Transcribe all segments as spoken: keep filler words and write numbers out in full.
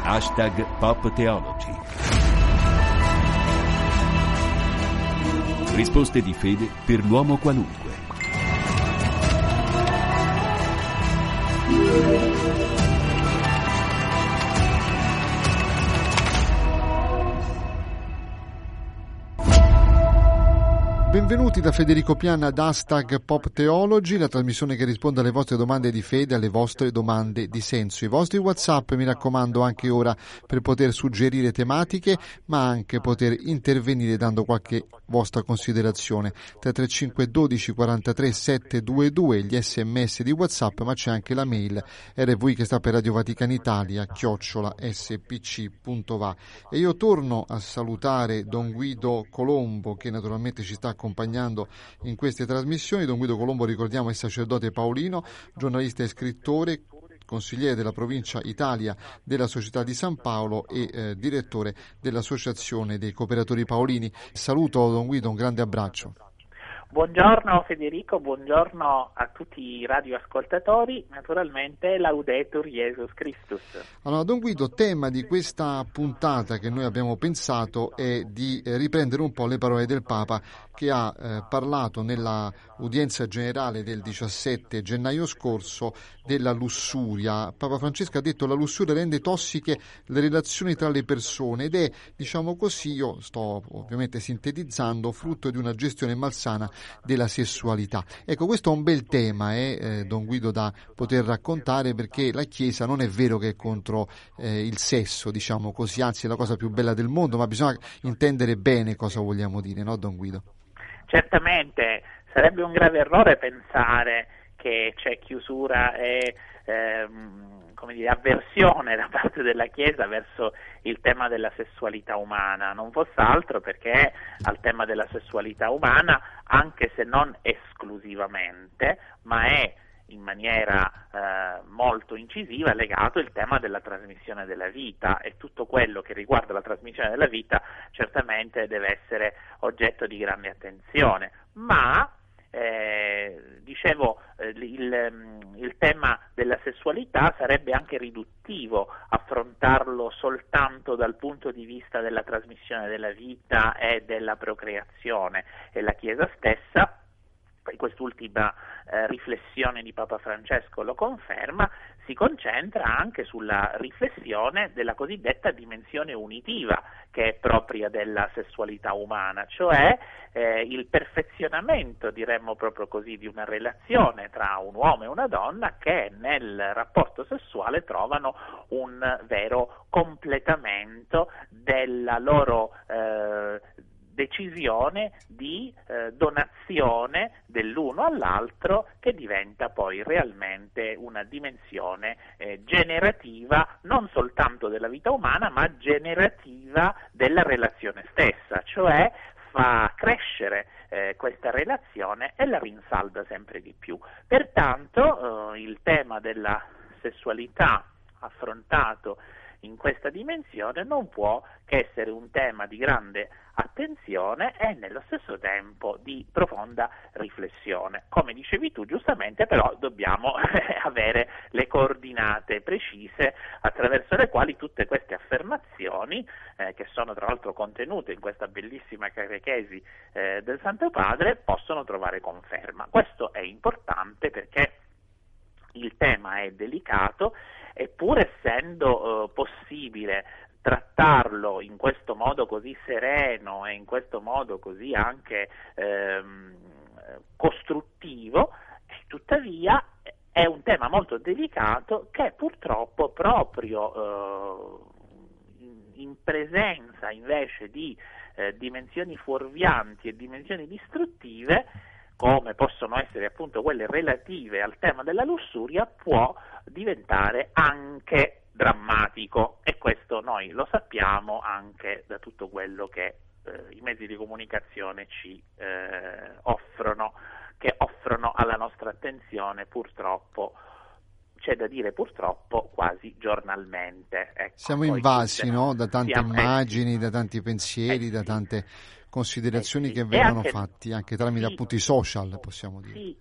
Hashtag Pop Theology. Risposte di fede per l'uomo qualunque. Benvenuti da Federico Piana ad Hashtag Pop Theology, la trasmissione che risponde alle vostre domande di fede, alle vostre domande di senso. I vostri WhatsApp, mi raccomando, anche ora per poter suggerire tematiche, ma anche poter intervenire dando qualche vostra considerazione. tre tre cinque uno due quattro sette due due, gli sms di WhatsApp, ma c'è anche la mail R V I che sta per Radio Vaticana Italia, chiocciola s p c punto va. E io torno a salutare Don Guido Colombo, che naturalmente ci sta accompagnando in queste trasmissioni. Don Guido Colombo, ricordiamo, è sacerdote paolino, giornalista e scrittore, consigliere della provincia Italia della Società di San Paolo e eh, direttore dell'Associazione dei Cooperatori Paolini. Saluto Don Guido, un grande abbraccio. Buongiorno Federico, buongiorno a tutti i radioascoltatori, naturalmente Laudetur Jesus Christus. Allora, Don Guido, tema di questa puntata che noi abbiamo pensato è di eh, riprendere un po' le parole del Papa, che ha eh, parlato nella udienza generale del diciassette gennaio scorso della lussuria. Papa Francesco ha detto: la lussuria rende tossiche le relazioni tra le persone ed è, diciamo così, io sto ovviamente sintetizzando, frutto di una gestione malsana della sessualità. Ecco, questo è un bel tema, eh, eh, Don Guido, da poter raccontare, perché la Chiesa non è vero che è contro eh, il sesso, diciamo così, anzi è la cosa più bella del mondo, ma bisogna intendere bene cosa vogliamo dire, no Don Guido? Certamente, sarebbe un grave errore pensare che c'è chiusura e ehm, come dire, avversione da parte della Chiesa verso il tema della sessualità umana, non fosse altro perché al tema della sessualità umana, anche se non esclusivamente, ma è in maniera eh, molto incisiva legato il tema della trasmissione della vita, e tutto quello che riguarda la trasmissione della vita certamente deve essere oggetto di grande attenzione, ma Eh, dicevo, eh, il, il tema della sessualità sarebbe anche riduttivo affrontarlo soltanto dal punto di vista della trasmissione della vita e della procreazione, e la Chiesa stessa, e quest'ultima eh, riflessione di Papa Francesco lo conferma, si concentra anche sulla riflessione della cosiddetta dimensione unitiva, che è propria della sessualità umana, cioè eh, il perfezionamento, diremmo proprio così, di una relazione tra un uomo e una donna che nel rapporto sessuale trovano un vero completamento della loro eh, decisione di eh, donazione dell'uno all'altro, che diventa poi realmente una dimensione eh, generativa non soltanto della vita umana, ma generativa della relazione stessa, cioè fa crescere eh, questa relazione e la rinsalda sempre di più. Pertanto eh, il tema della sessualità affrontato in questa dimensione non può che essere un tema di grande attenzione e nello stesso tempo di profonda riflessione. Come dicevi tu giustamente, però dobbiamo avere le coordinate precise attraverso le quali tutte queste affermazioni, eh, che sono tra l'altro contenute in questa bellissima catechesi eh, del Santo Padre, possono trovare conferma. Questo è importante perché il tema è delicato, e pur essendo eh, possibile trattarlo in questo modo così sereno e in questo modo così anche ehm, costruttivo, tuttavia è un tema molto delicato che purtroppo proprio eh, in, in presenza invece di eh, dimensioni fuorvianti e dimensioni distruttive, come possono essere appunto quelle relative al tema della lussuria, può diventare anche drammatico, e questo noi lo sappiamo anche da tutto quello che eh, i mezzi di comunicazione ci eh, offrono, che offrono alla nostra attenzione purtroppo, c'è da dire purtroppo, quasi giornalmente. Ecco, siamo invasi, tutte, no? Da tante siamo, immagini, eh, da tanti pensieri, eh, da tante considerazioni eh, sì. che vengono anche, fatti anche tramite sì, appunto i social, possiamo dire. Sì,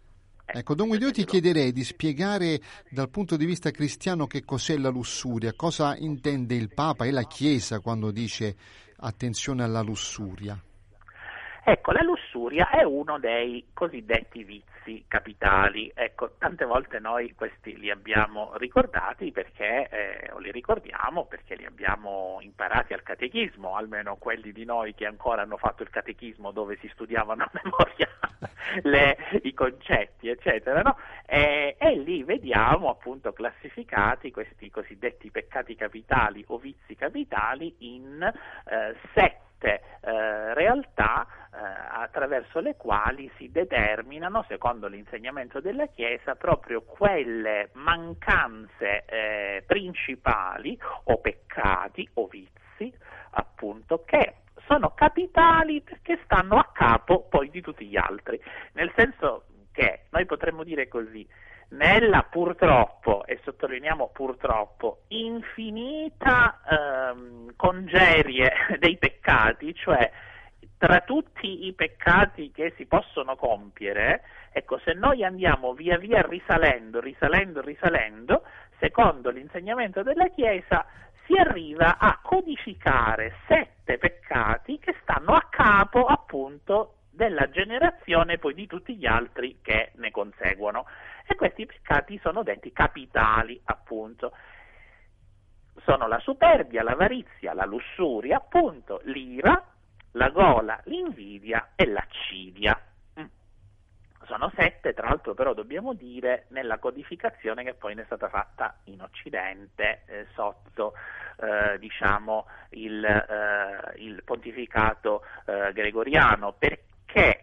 Ecco, Don Guido, io ti chiederei di spiegare dal punto di vista cristiano che cos'è la lussuria, cosa intende il Papa e la Chiesa quando dice attenzione alla lussuria. Ecco, la lussuria è uno dei cosiddetti vizi capitali. Ecco, tante volte noi questi li abbiamo ricordati perché, eh, o li ricordiamo perché li abbiamo imparati al catechismo, almeno quelli di noi che ancora hanno fatto il catechismo dove si studiavano a memoria le, i concetti, eccetera, no? E, e lì vediamo appunto classificati questi cosiddetti peccati capitali o vizi capitali in eh, sette Eh, realtà eh, attraverso le quali si determinano, secondo l'insegnamento della Chiesa, proprio quelle mancanze eh, principali o peccati o vizi, appunto, che sono capitali perché stanno a capo poi di tutti gli altri, nel senso che noi potremmo dire così: nella purtroppo, e sottolineiamo purtroppo, infinita ehm, congerie dei peccati, cioè tra tutti i peccati che si possono compiere, ecco, se noi andiamo via via risalendo, risalendo, risalendo, secondo l'insegnamento della Chiesa, si arriva a codificare sette peccati che stanno a capo appunto della generazione poi di tutti gli altri che ne conseguono. E questi peccati sono detti capitali, appunto. Sono la superbia, l'avarizia, la lussuria, appunto, l'ira, la gola, l'invidia e l'accidia. Sono sette, tra l'altro però dobbiamo dire nella codificazione che poi ne è stata fatta in Occidente eh, sotto eh, diciamo il, eh, il pontificato eh, gregoriano, perché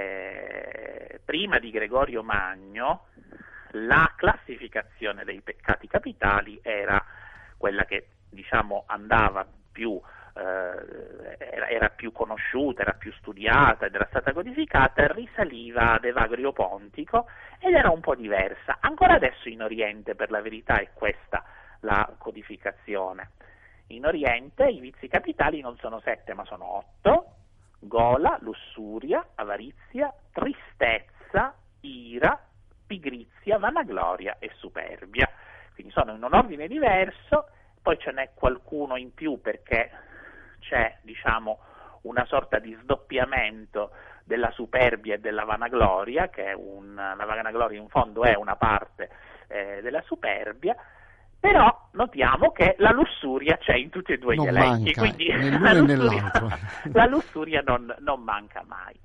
eh, prima di Gregorio Magno la classificazione dei peccati capitali era quella che diciamo andava più eh, era, era più conosciuta, era più studiata ed era stata codificata, risaliva ad Evagrio Pontico ed era un po' diversa. Ancora adesso in Oriente, per la verità, è questa la codificazione. In Oriente i vizi capitali non sono sette ma sono otto: gola, lussuria, avarizia, tristezza, ira, pigrizia, vanagloria e superbia. Quindi sono in un ordine diverso, poi ce n'è qualcuno in più perché c'è, diciamo, una sorta di sdoppiamento della superbia e della vanagloria, che è un, la vanagloria in fondo è una parte eh, della superbia, però notiamo che la lussuria c'è in tutti e due non gli elenchi, manca, quindi né la l'uno né lussuria, nell'altro. la lussuria non, non manca mai.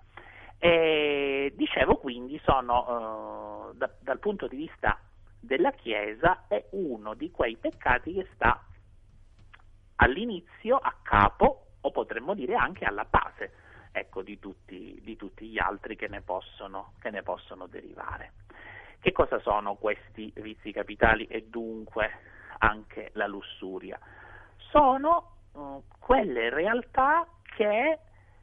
E, dicevo quindi sono, eh, da, dal punto di vista della Chiesa, è uno di quei peccati che sta all'inizio, a capo, o potremmo dire anche alla base, ecco, di tutti, di tutti gli altri che ne possono, che ne possono derivare. Che cosa sono questi vizi capitali e dunque anche la lussuria? Sono uh, quelle realtà che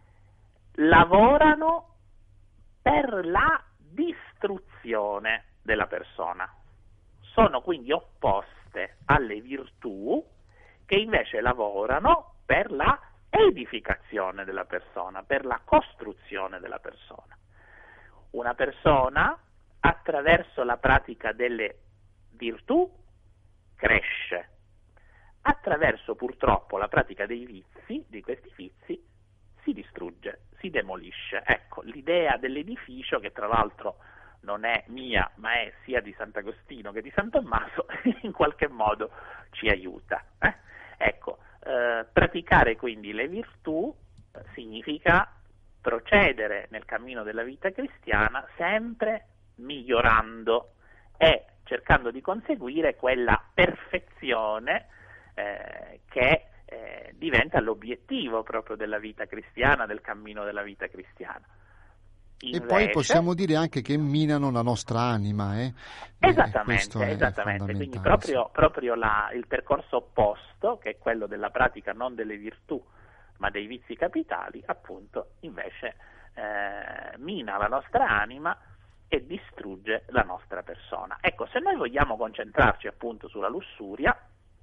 lavorano per la distruzione della persona. Sono quindi opposte alle virtù che invece lavorano per la edificazione della persona, per la costruzione della persona. Una persona, attraverso la pratica delle virtù, cresce. Attraverso purtroppo la pratica dei vizi, di questi vizi, si distrugge, si demolisce. Ecco, l'idea dell'edificio, che tra l'altro non è mia, ma è sia di Sant'Agostino che di San Tommaso, in qualche modo ci aiuta. Eh? Ecco, eh, praticare quindi le virtù eh, significa procedere nel cammino della vita cristiana sempre migliorando e cercando di conseguire quella perfezione eh, che eh, diventa l'obiettivo proprio della vita cristiana, del cammino della vita cristiana. Invece, e poi possiamo dire anche che minano la nostra anima. Eh? Esattamente, è, esattamente. È Quindi proprio, proprio la, il percorso opposto, che è quello della pratica non delle virtù, ma dei vizi capitali, appunto, invece eh, mina la nostra anima e distrugge la nostra persona. Ecco, se noi vogliamo concentrarci appunto sulla lussuria,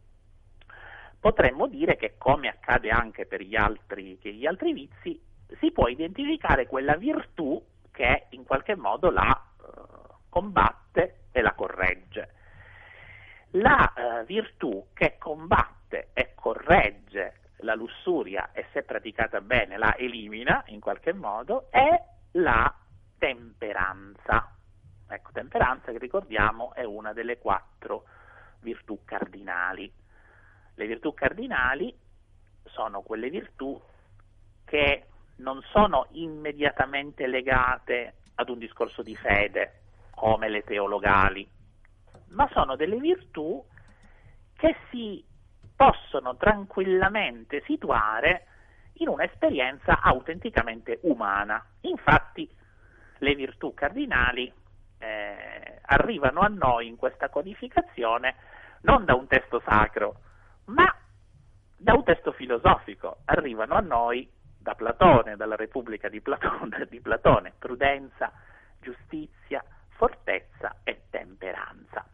potremmo dire che, come accade anche per gli altri, che gli altri vizi, si può identificare quella virtù che in qualche modo la, combatte e la corregge. La eh, virtù che combatte e corregge la lussuria e, se praticata bene, la elimina in qualche modo, è la temperanza. Ecco, temperanza, che ricordiamo è una delle quattro virtù cardinali. Le virtù cardinali sono quelle virtù che non sono immediatamente legate ad un discorso di fede, come le teologali, ma sono delle virtù che si possono tranquillamente situare in un'esperienza autenticamente umana. Infatti le virtù cardinali eh, arrivano a noi in questa codificazione non da un testo sacro, ma da un testo filosofico. Arrivano a noi da Platone, dalla Repubblica di Platone, di Platone, prudenza, giustizia, fortezza e temperanza.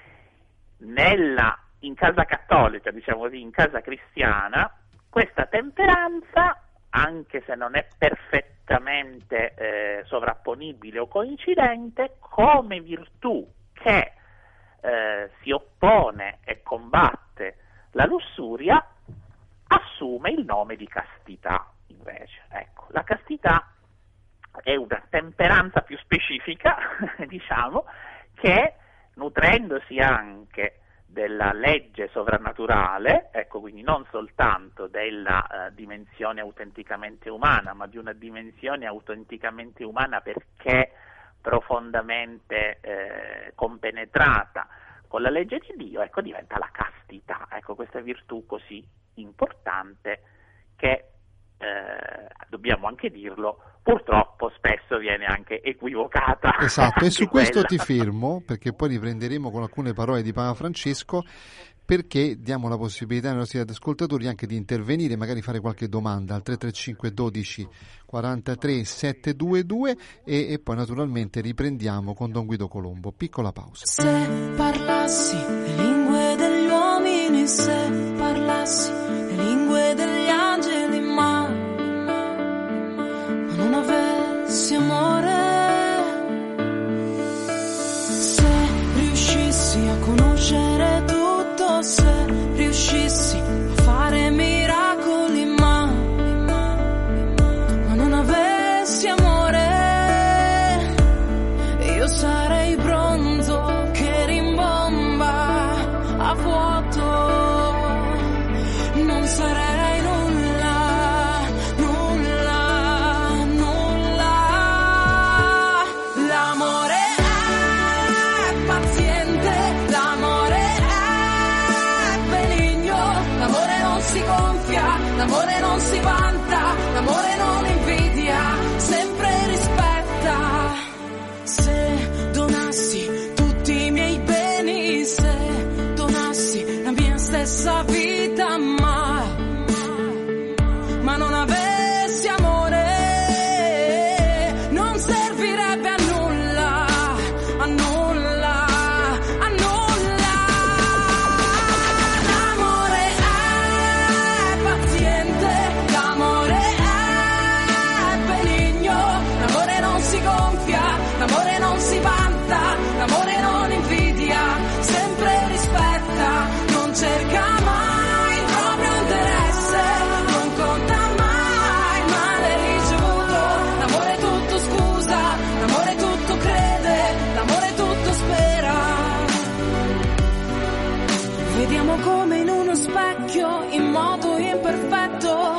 Nella, in casa cattolica, diciamo così, in casa cristiana, questa temperanza, anche se non è perfettamente eh, sovrapponibile o coincidente, come virtù che eh, si oppone e combatte la lussuria, assume il nome di castità. Invece, ecco, la castità è una temperanza più specifica, diciamo, che, nutrendosi anche della legge sovrannaturale, ecco, quindi non soltanto della uh, dimensione autenticamente umana, ma di una dimensione autenticamente umana perché profondamente eh, compenetrata con la legge di Dio, ecco, diventa la castità. Ecco, questa virtù così importante che, eh, dobbiamo anche dirlo, purtroppo spesso viene anche equivocata. Esatto, e su questo quella. ti fermo, perché poi riprenderemo con alcune parole di Papa Francesco, perché diamo la possibilità ai nostri ascoltatori anche di intervenire, magari fare qualche domanda al tre tre cinque dodici quarantatré settecentoventidue e, e poi naturalmente riprendiamo con Don Guido Colombo. Piccola pausa. Se parlassi le lingue degli uomini, se parlassi le lingue degli angeli, ma, ma non avessi amore, se riuscissi a conoscere tutto, se riuscissi a fare miracoli, ma, ma non avessi amore, io sarei bronzo che rimbomba a vuoto, non sarei nulla, nulla, nulla. L'amore è paziente, l'amore è benigno, l'amore non si gonfia, l'amore non si vanta, l'amore non invidia, sempre rispetta. Se donassi tutti i miei beni, se donassi la mia stessa vita, ma, ma non avessi amore, non servirebbe a nulla, a nulla, a nulla. L'amore è paziente, l'amore è benigno, l'amore non si gonfia, l'amore non si vanta, l'amore non invidia, sempre rispetta, non cerca mai il proprio interesse, non conta mai il male ricevuto, l'amore tutto scusa, l'amore tutto crede, l'amore tutto spera. Vediamo come in uno specchio, in modo imperfetto,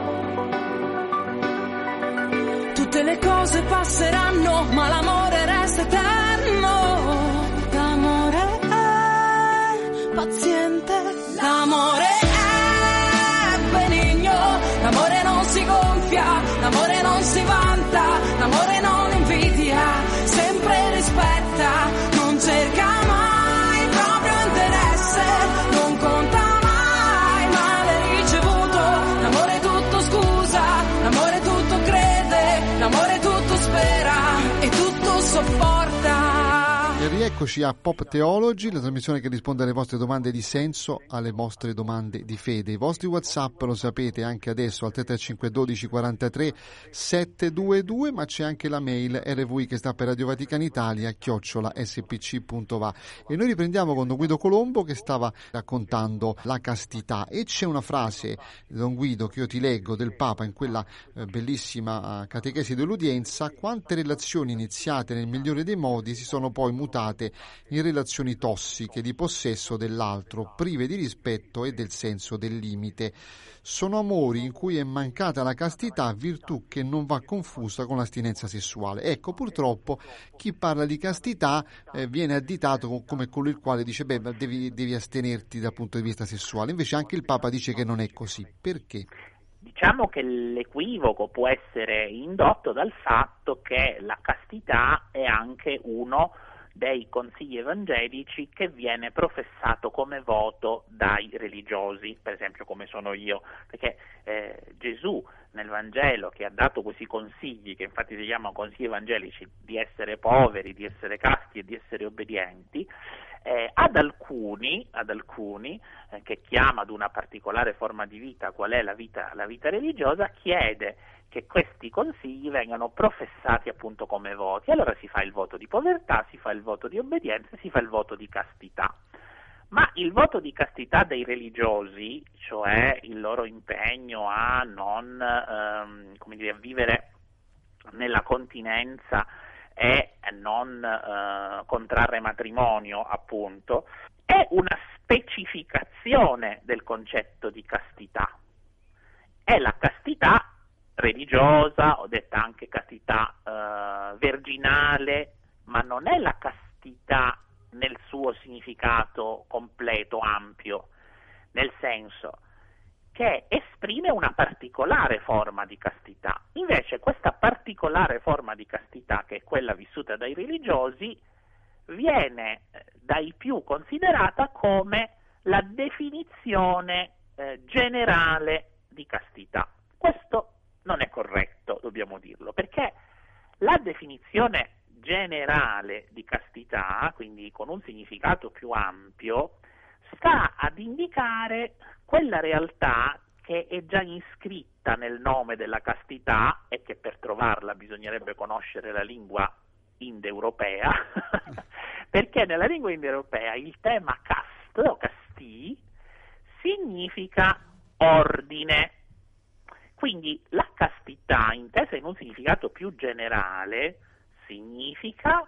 tutte le cose passeranno, ma l'amore resta eterno. L'amore è paziente, l'amore è benigno, l'amore non si gonfia, l'amore non si vanta, l'amore non invidia, sempre rispetta, non cerca mai il proprio interesse, non conta mai il male ricevuto, l'amore tutto scusa, l'amore tutto crede, l'amore tutto spera e tutto Eccoci a Pop Theology, la trasmissione che risponde alle vostre domande di senso, alle vostre domande di fede. I vostri WhatsApp lo sapete anche adesso al tre tre cinque uno due quarantatré settecentoventidue, ma c'è anche la mail R V I che sta per Radio Vaticana Italia chiocciola s p c punto va. E noi riprendiamo con Don Guido Colombo che stava raccontando la castità, e c'è una frase, Don Guido, che io ti leggo del Papa in quella eh, bellissima catechesi dell'udienza: quante relazioni iniziate nel migliore dei modi si sono poi mutate in relazioni tossiche di possesso dell'altro, prive di rispetto e del senso del limite. Sono amori in cui è mancata la castità, virtù che non va confusa con l'astinenza sessuale. Ecco, purtroppo chi parla di castità eh, viene additato come colui il quale dice beh, devi, devi astenerti dal punto di vista sessuale. Invece anche il Papa dice che non è così. Perché? Diciamo che l'equivoco può essere indotto dal fatto che la castità è anche uno dei consigli evangelici che viene professato come voto dai religiosi, per esempio come sono io, perché eh, Gesù nel Vangelo, che ha dato questi consigli, che infatti si chiamano consigli evangelici, di essere poveri, di essere casti e di essere obbedienti, eh, ad alcuni, ad alcuni eh, che chiama ad una particolare forma di vita, qual è la vita, la vita religiosa, chiede che questi consigli vengano professati appunto come voti. Allora si fa il voto di povertà, si fa il voto di obbedienza, si fa il voto di castità. Ma il voto di castità dei religiosi, cioè il loro impegno a non, ehm, come dire, vivere nella continenza e non eh, contrarre matrimonio, appunto, è una specificazione del concetto di castità. È la castità religiosa, ho detto anche castità eh, virginale, ma non è la castità nel suo significato completo, ampio, nel senso che esprime una particolare forma di castità. Invece questa particolare forma di castità, che è quella vissuta dai religiosi, viene dai più considerata come la definizione eh, generale di castità. Questo non è corretto, dobbiamo dirlo, perché la definizione generale di castità, quindi con un significato più ampio, sta ad indicare quella realtà che è già iscritta nel nome della castità e che per trovarla bisognerebbe conoscere la lingua indoeuropea, perché nella lingua indoeuropea il tema cast o casti significa ordine. Quindi la castità, intesa in un significato più generale, significa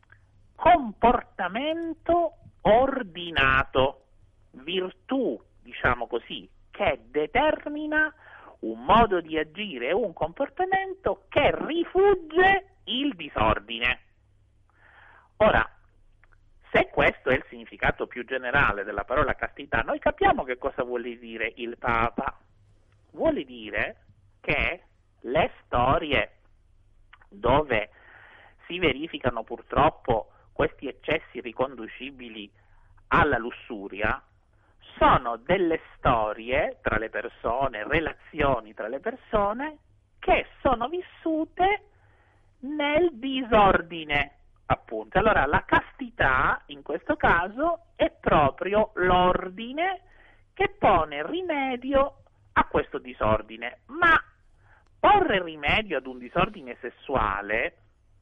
comportamento ordinato, virtù, diciamo così, che determina un modo di agire e un comportamento che rifugge il disordine. Ora, se questo è il significato più generale della parola castità, noi capiamo che cosa vuole dire il Papa. Vuole dire che le storie dove si verificano purtroppo questi eccessi riconducibili alla lussuria sono delle storie tra le persone, relazioni tra le persone che sono vissute nel disordine, appunto. Allora la castità in questo caso è proprio l'ordine che pone rimedio a questo disordine, ma porre rimedio ad un disordine sessuale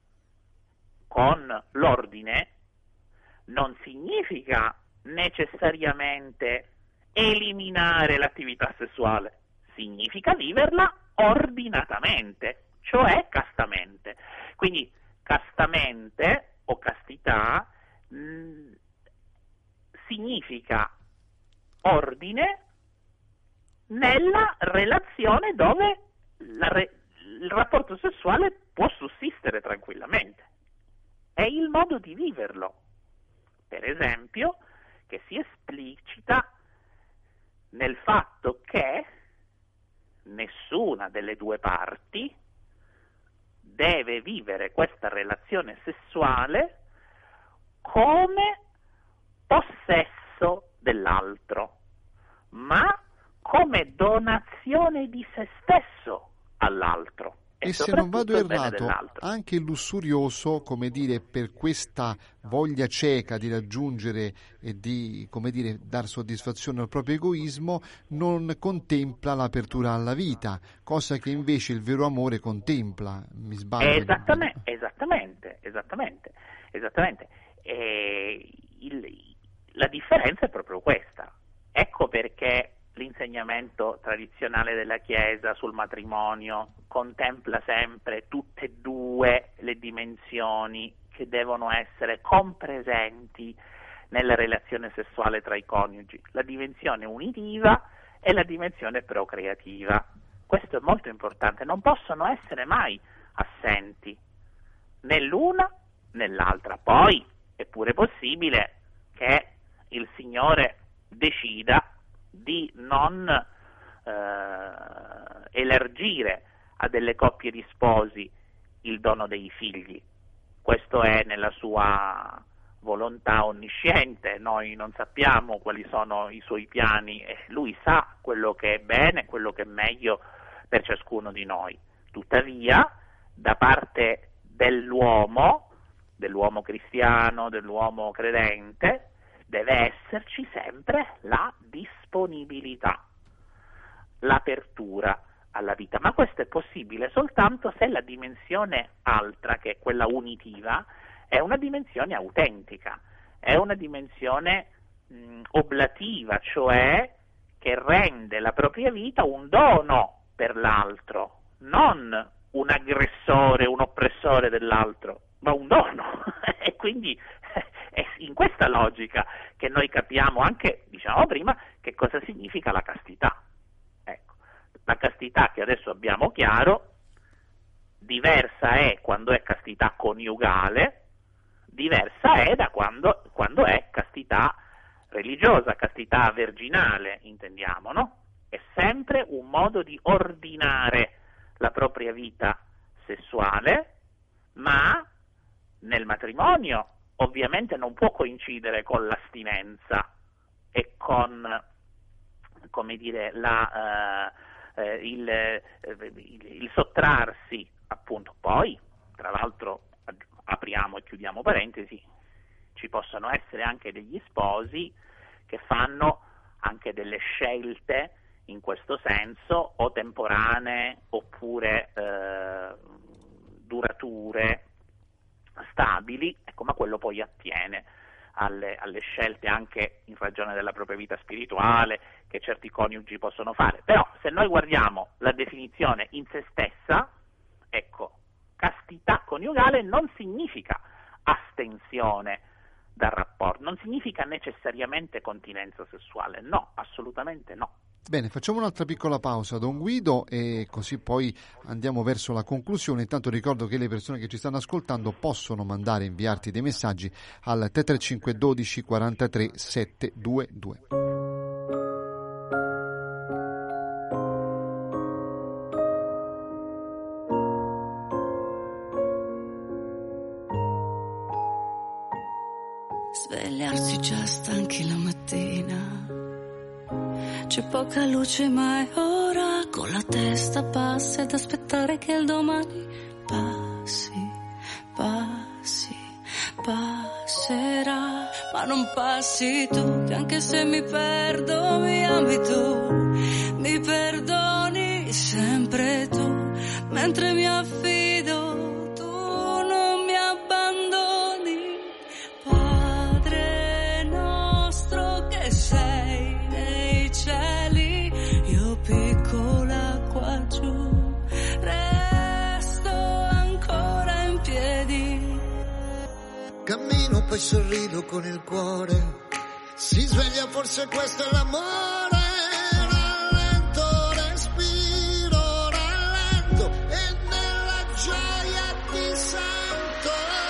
con l'ordine non significa necessariamente eliminare l'attività sessuale, significa viverla ordinatamente, cioè castamente. Quindi castamente o castità mh, significa ordine nella relazione dove la re- il rapporto sessuale può sussistere tranquillamente. È il modo di viverlo, per esempio, che si esplicita nel fatto che nessuna delle due parti deve vivere questa relazione sessuale come possesso dell'altro, ma come donazione di se stesso all'altro. e, e se non vado il bene errato, dell'altro. anche il lussurioso, come dire, per questa voglia cieca di raggiungere e di, come dire, dar soddisfazione al proprio egoismo, non contempla l'apertura alla vita, cosa che invece il vero amore contempla. Mi sbaglio? Esattamente, esattamente, esattamente, esattamente. E il, la differenza è proprio questa. Ecco perché l'insegnamento tradizionale della Chiesa sul matrimonio contempla sempre tutte e due le dimensioni che devono essere compresenti nella relazione sessuale tra i coniugi, la dimensione unitiva e la dimensione procreativa. Questo è molto importante, non possono essere mai assenti né l'una né l'altra. Poi è pure possibile che il Signore decida di non eh, elargire a delle coppie di sposi il dono dei figli. Questo è nella sua volontà onnisciente, noi non sappiamo quali sono i suoi piani e lui sa quello che è bene, quello che è meglio per ciascuno di noi. Tuttavia, da parte dell'uomo, dell'uomo cristiano, dell'uomo credente, deve esserci sempre la disponibilità, l'apertura alla vita, ma questo è possibile soltanto se la dimensione altra, che è quella unitiva, è una dimensione autentica, è una dimensione mh, oblativa, cioè che rende la propria vita un dono per l'altro, non un aggressore, un oppressore dell'altro, ma un dono. E quindi è in questa logica che noi capiamo anche, diciamo prima, che cosa significa la castità. Ecco, la castità che adesso abbiamo chiaro, diversa è quando è castità coniugale, diversa è da quando, quando è castità religiosa, castità virginale, intendiamo, no? È sempre un modo di ordinare la propria vita sessuale, ma nel matrimonio ovviamente non può coincidere con l'astinenza e con, come dire, la, eh, il, eh, il, il sottrarsi, appunto. Poi, tra l'altro, apriamo e chiudiamo parentesi, ci possono essere anche degli sposi che fanno anche delle scelte in questo senso, o temporanee oppure eh, durature, stabili, ecco, ma quello poi attiene alle, alle scelte anche in ragione della propria vita spirituale che certi coniugi possono fare. Però se noi guardiamo la definizione in se stessa, ecco, castità coniugale non significa astensione dal rapporto, non significa necessariamente continenza sessuale, no, assolutamente no. Bene, facciamo un'altra piccola pausa, Don Guido, e così poi andiamo verso la conclusione. Intanto ricordo che le persone che ci stanno ascoltando possono mandare, inviarti dei messaggi al tre tre cinque uno due quattro tre sette due due. Svegliarsi già stanchi la mattina, c'è poca luce ma è ora, con la testa bassa ed aspettare che il domani passi, passi, passerà. Ma non passi tu, che anche se mi perdo mi ami tu, mi perdoni sempre tu, mentre mi affido tu non mi abbandoni. Padre nostro che sei nei cieli, io piccola qua giù resto ancora in piedi. Cammino poi sorrido con il cuore, si sveglia forse questo è l'amore. Rallento, respiro, rallento e nella gioia ti sento.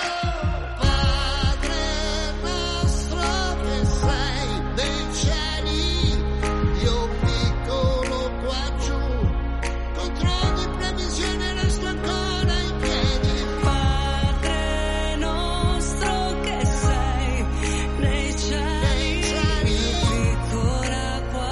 Padre nostro che sei nei cieli, io piccolo qua giù, contro ogni previsione resto ancora in piedi. Padre nostro che sei nei cieli, io piccola qua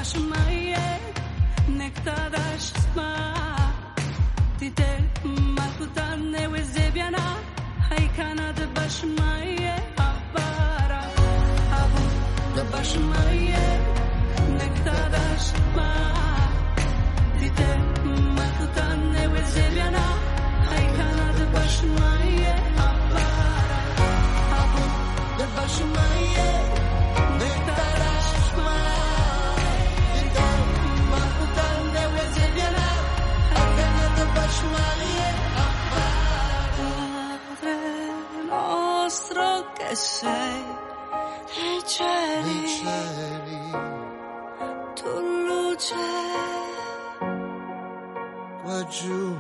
bashmaye nektadash ma titel malkutan newezebiana haykana de bashmaye abara abu de bashmaye nektadash ma titel malkutan newezebiana haykana de bashmaye abara abu de bashmaye nostro che sei nei cieli, nei cieli, tu luce qua giù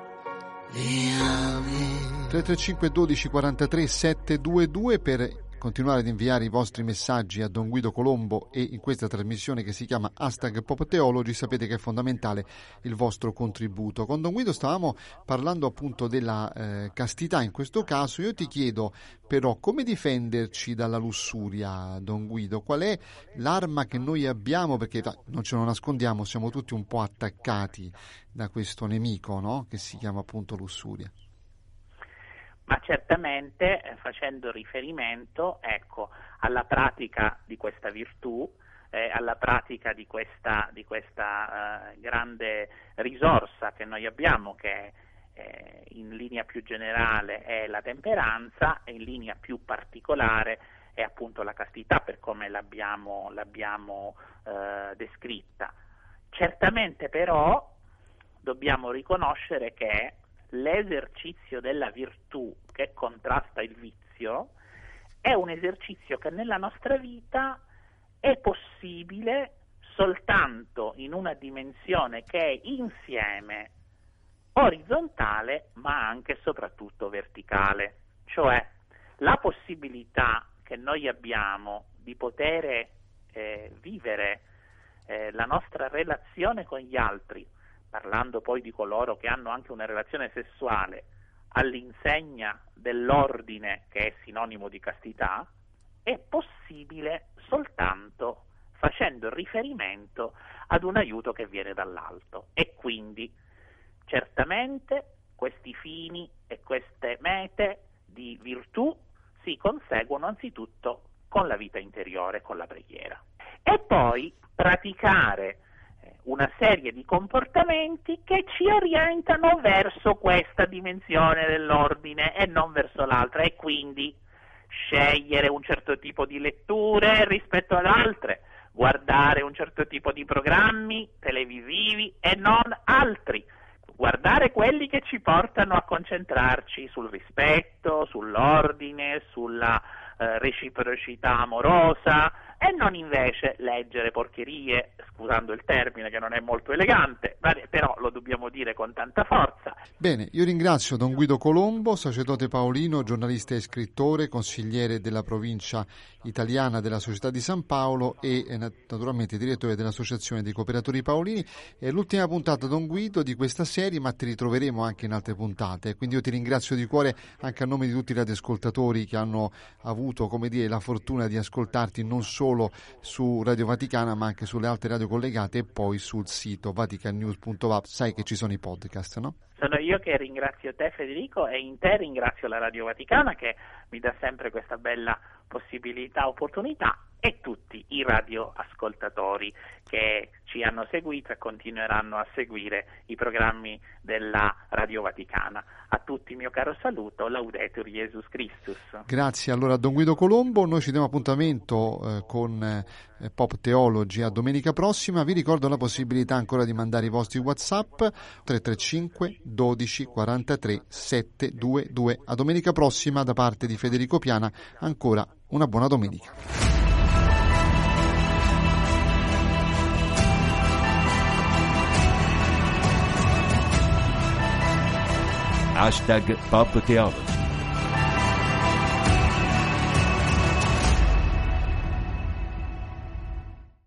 li ami. tre tre cinque dodici quarantatré settecentoventidue per continuare ad inviare i vostri messaggi a Don Guido Colombo e in questa trasmissione che si chiama Hashtag Pop Theology sapete che è fondamentale il vostro contributo. Con Don Guido stavamo parlando appunto della eh, castità in questo caso. Io ti chiedo però come difenderci dalla lussuria, Don Guido? Qual è l'arma che noi abbiamo? Perché non ce lo nascondiamo, siamo tutti un po' attaccati da questo nemico, no? Che si chiama appunto lussuria. Ma certamente eh, facendo riferimento ecco, alla pratica di questa virtù, eh, alla pratica di questa, di questa eh, grande risorsa che noi abbiamo, che eh, in linea più generale è la temperanza e in linea più particolare è appunto la castità, per come l'abbiamo, l'abbiamo eh, descritta. Certamente però dobbiamo riconoscere che l'esercizio della virtù che contrasta il vizio è un esercizio che nella nostra vita è possibile soltanto in una dimensione che è insieme orizzontale ma anche e soprattutto verticale, cioè la possibilità che noi abbiamo di poter eh, vivere eh, la nostra relazione con gli altri, parlando poi di coloro che hanno anche una relazione sessuale all'insegna dell'ordine che è sinonimo di castità, è possibile soltanto facendo riferimento ad un aiuto che viene dall'alto. E quindi certamente questi fini e queste mete di virtù si conseguono anzitutto con la vita interiore, con la preghiera. E poi praticare una serie di comportamenti che ci orientano verso questa dimensione dell'ordine e non verso l'altra, e quindi scegliere un certo tipo di letture rispetto ad altre, guardare un certo tipo di programmi televisivi e non altri, guardare quelli che ci portano a concentrarci sul rispetto, sull'ordine, sulla eh, reciprocità amorosa, e non invece leggere porcherie, scusando il termine che non è molto elegante, però lo dobbiamo dire con tanta forza. Bene, io ringrazio Don Guido Colombo, sacerdote paolino, giornalista e scrittore, consigliere della provincia italiana della Società di San Paolo e naturalmente direttore dell'Associazione dei Cooperatori Paolini. È l'ultima puntata, Don Guido, di questa serie, ma ti ritroveremo anche in altre puntate, quindi io ti ringrazio di cuore anche a nome di tutti i radioascoltatori che hanno avuto, come dire, la fortuna di ascoltarti non solo su Radio Vaticana ma anche sulle altre radio collegate e poi sul sito vatican news punto va p. Sai che ci sono i podcast, no? Sono io che ringrazio te, Federico, e in te ringrazio la Radio Vaticana che mi dà sempre questa bella possibilità, opportunità, e tutti i radioascoltatori che ci hanno seguito e continueranno a seguire i programmi della Radio Vaticana. A tutti mio caro saluto, Laudetur Jesus Christus. Grazie allora a Don Guido Colombo, noi ci diamo appuntamento eh, con eh, Pop Theology a domenica prossima. Vi ricordo la possibilità ancora di mandare i vostri WhatsApp tre tre cinque dodici quarantatré settecentoventidue. A domenica prossima da parte di Federico Piana, ancora una buona domenica. Hashtag Pop Theology.